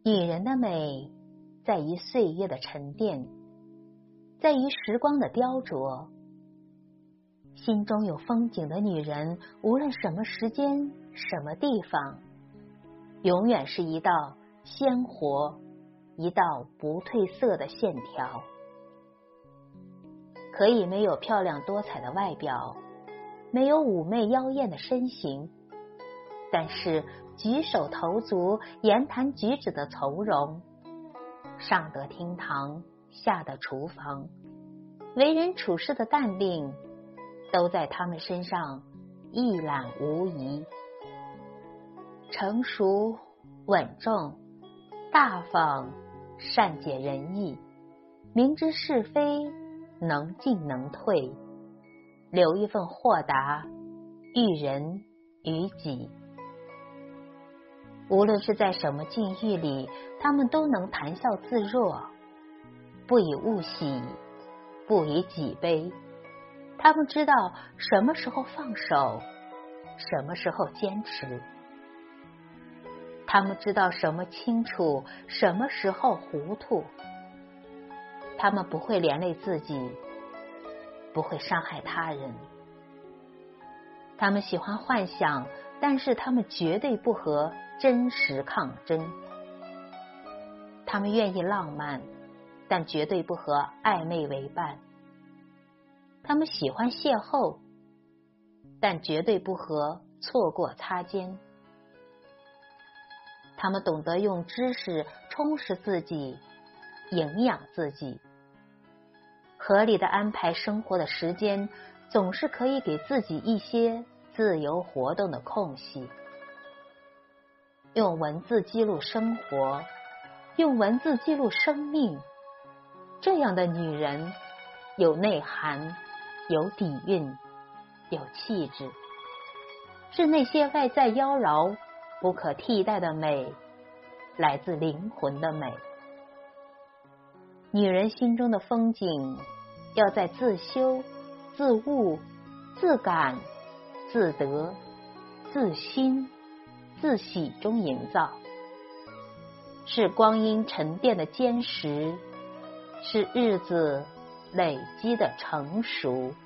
女人的美在于岁月的沉淀，在于时光的雕琢。心中有风景的女人，无论什么时间、什么地方，永远是一道鲜活、一道不褪色的线条。可以没有漂亮多彩的外表，没有妩媚妖艳的身形，但是举手投足、言谈举止的从容，上得厅堂，下得厨房，为人处事的淡定，都在他们身上一览无遗。成熟、稳重、大方、善解人意，明知是非，能进能退，留一份豁达，育人于己。无论是在什么境遇里，他们都能谈笑自若，不以物喜，不以己悲。他们知道什么时候放手，什么时候坚持。他们知道什么清楚，什么时候糊涂。他们不会连累自己，不会伤害他人。他们喜欢幻想，但是他们绝对不和真实抗争。他们愿意浪漫，但绝对不和暧昧为伴。他们喜欢邂逅，但绝对不和错过擦肩。他们懂得用知识充实自己，营养自己。合理的安排生活的时间，总是可以给自己一些自由活动的空隙。用文字记录生活，用文字记录生命。这样的女人有内涵，有底蕴，有气质，是那些外在妖娆不可替代的美，来自灵魂的美。女人心中的风景，要在自修、自悟、自感、自得、自欣、自喜中营造，是光阴沉淀的坚实，是日子累积的成熟。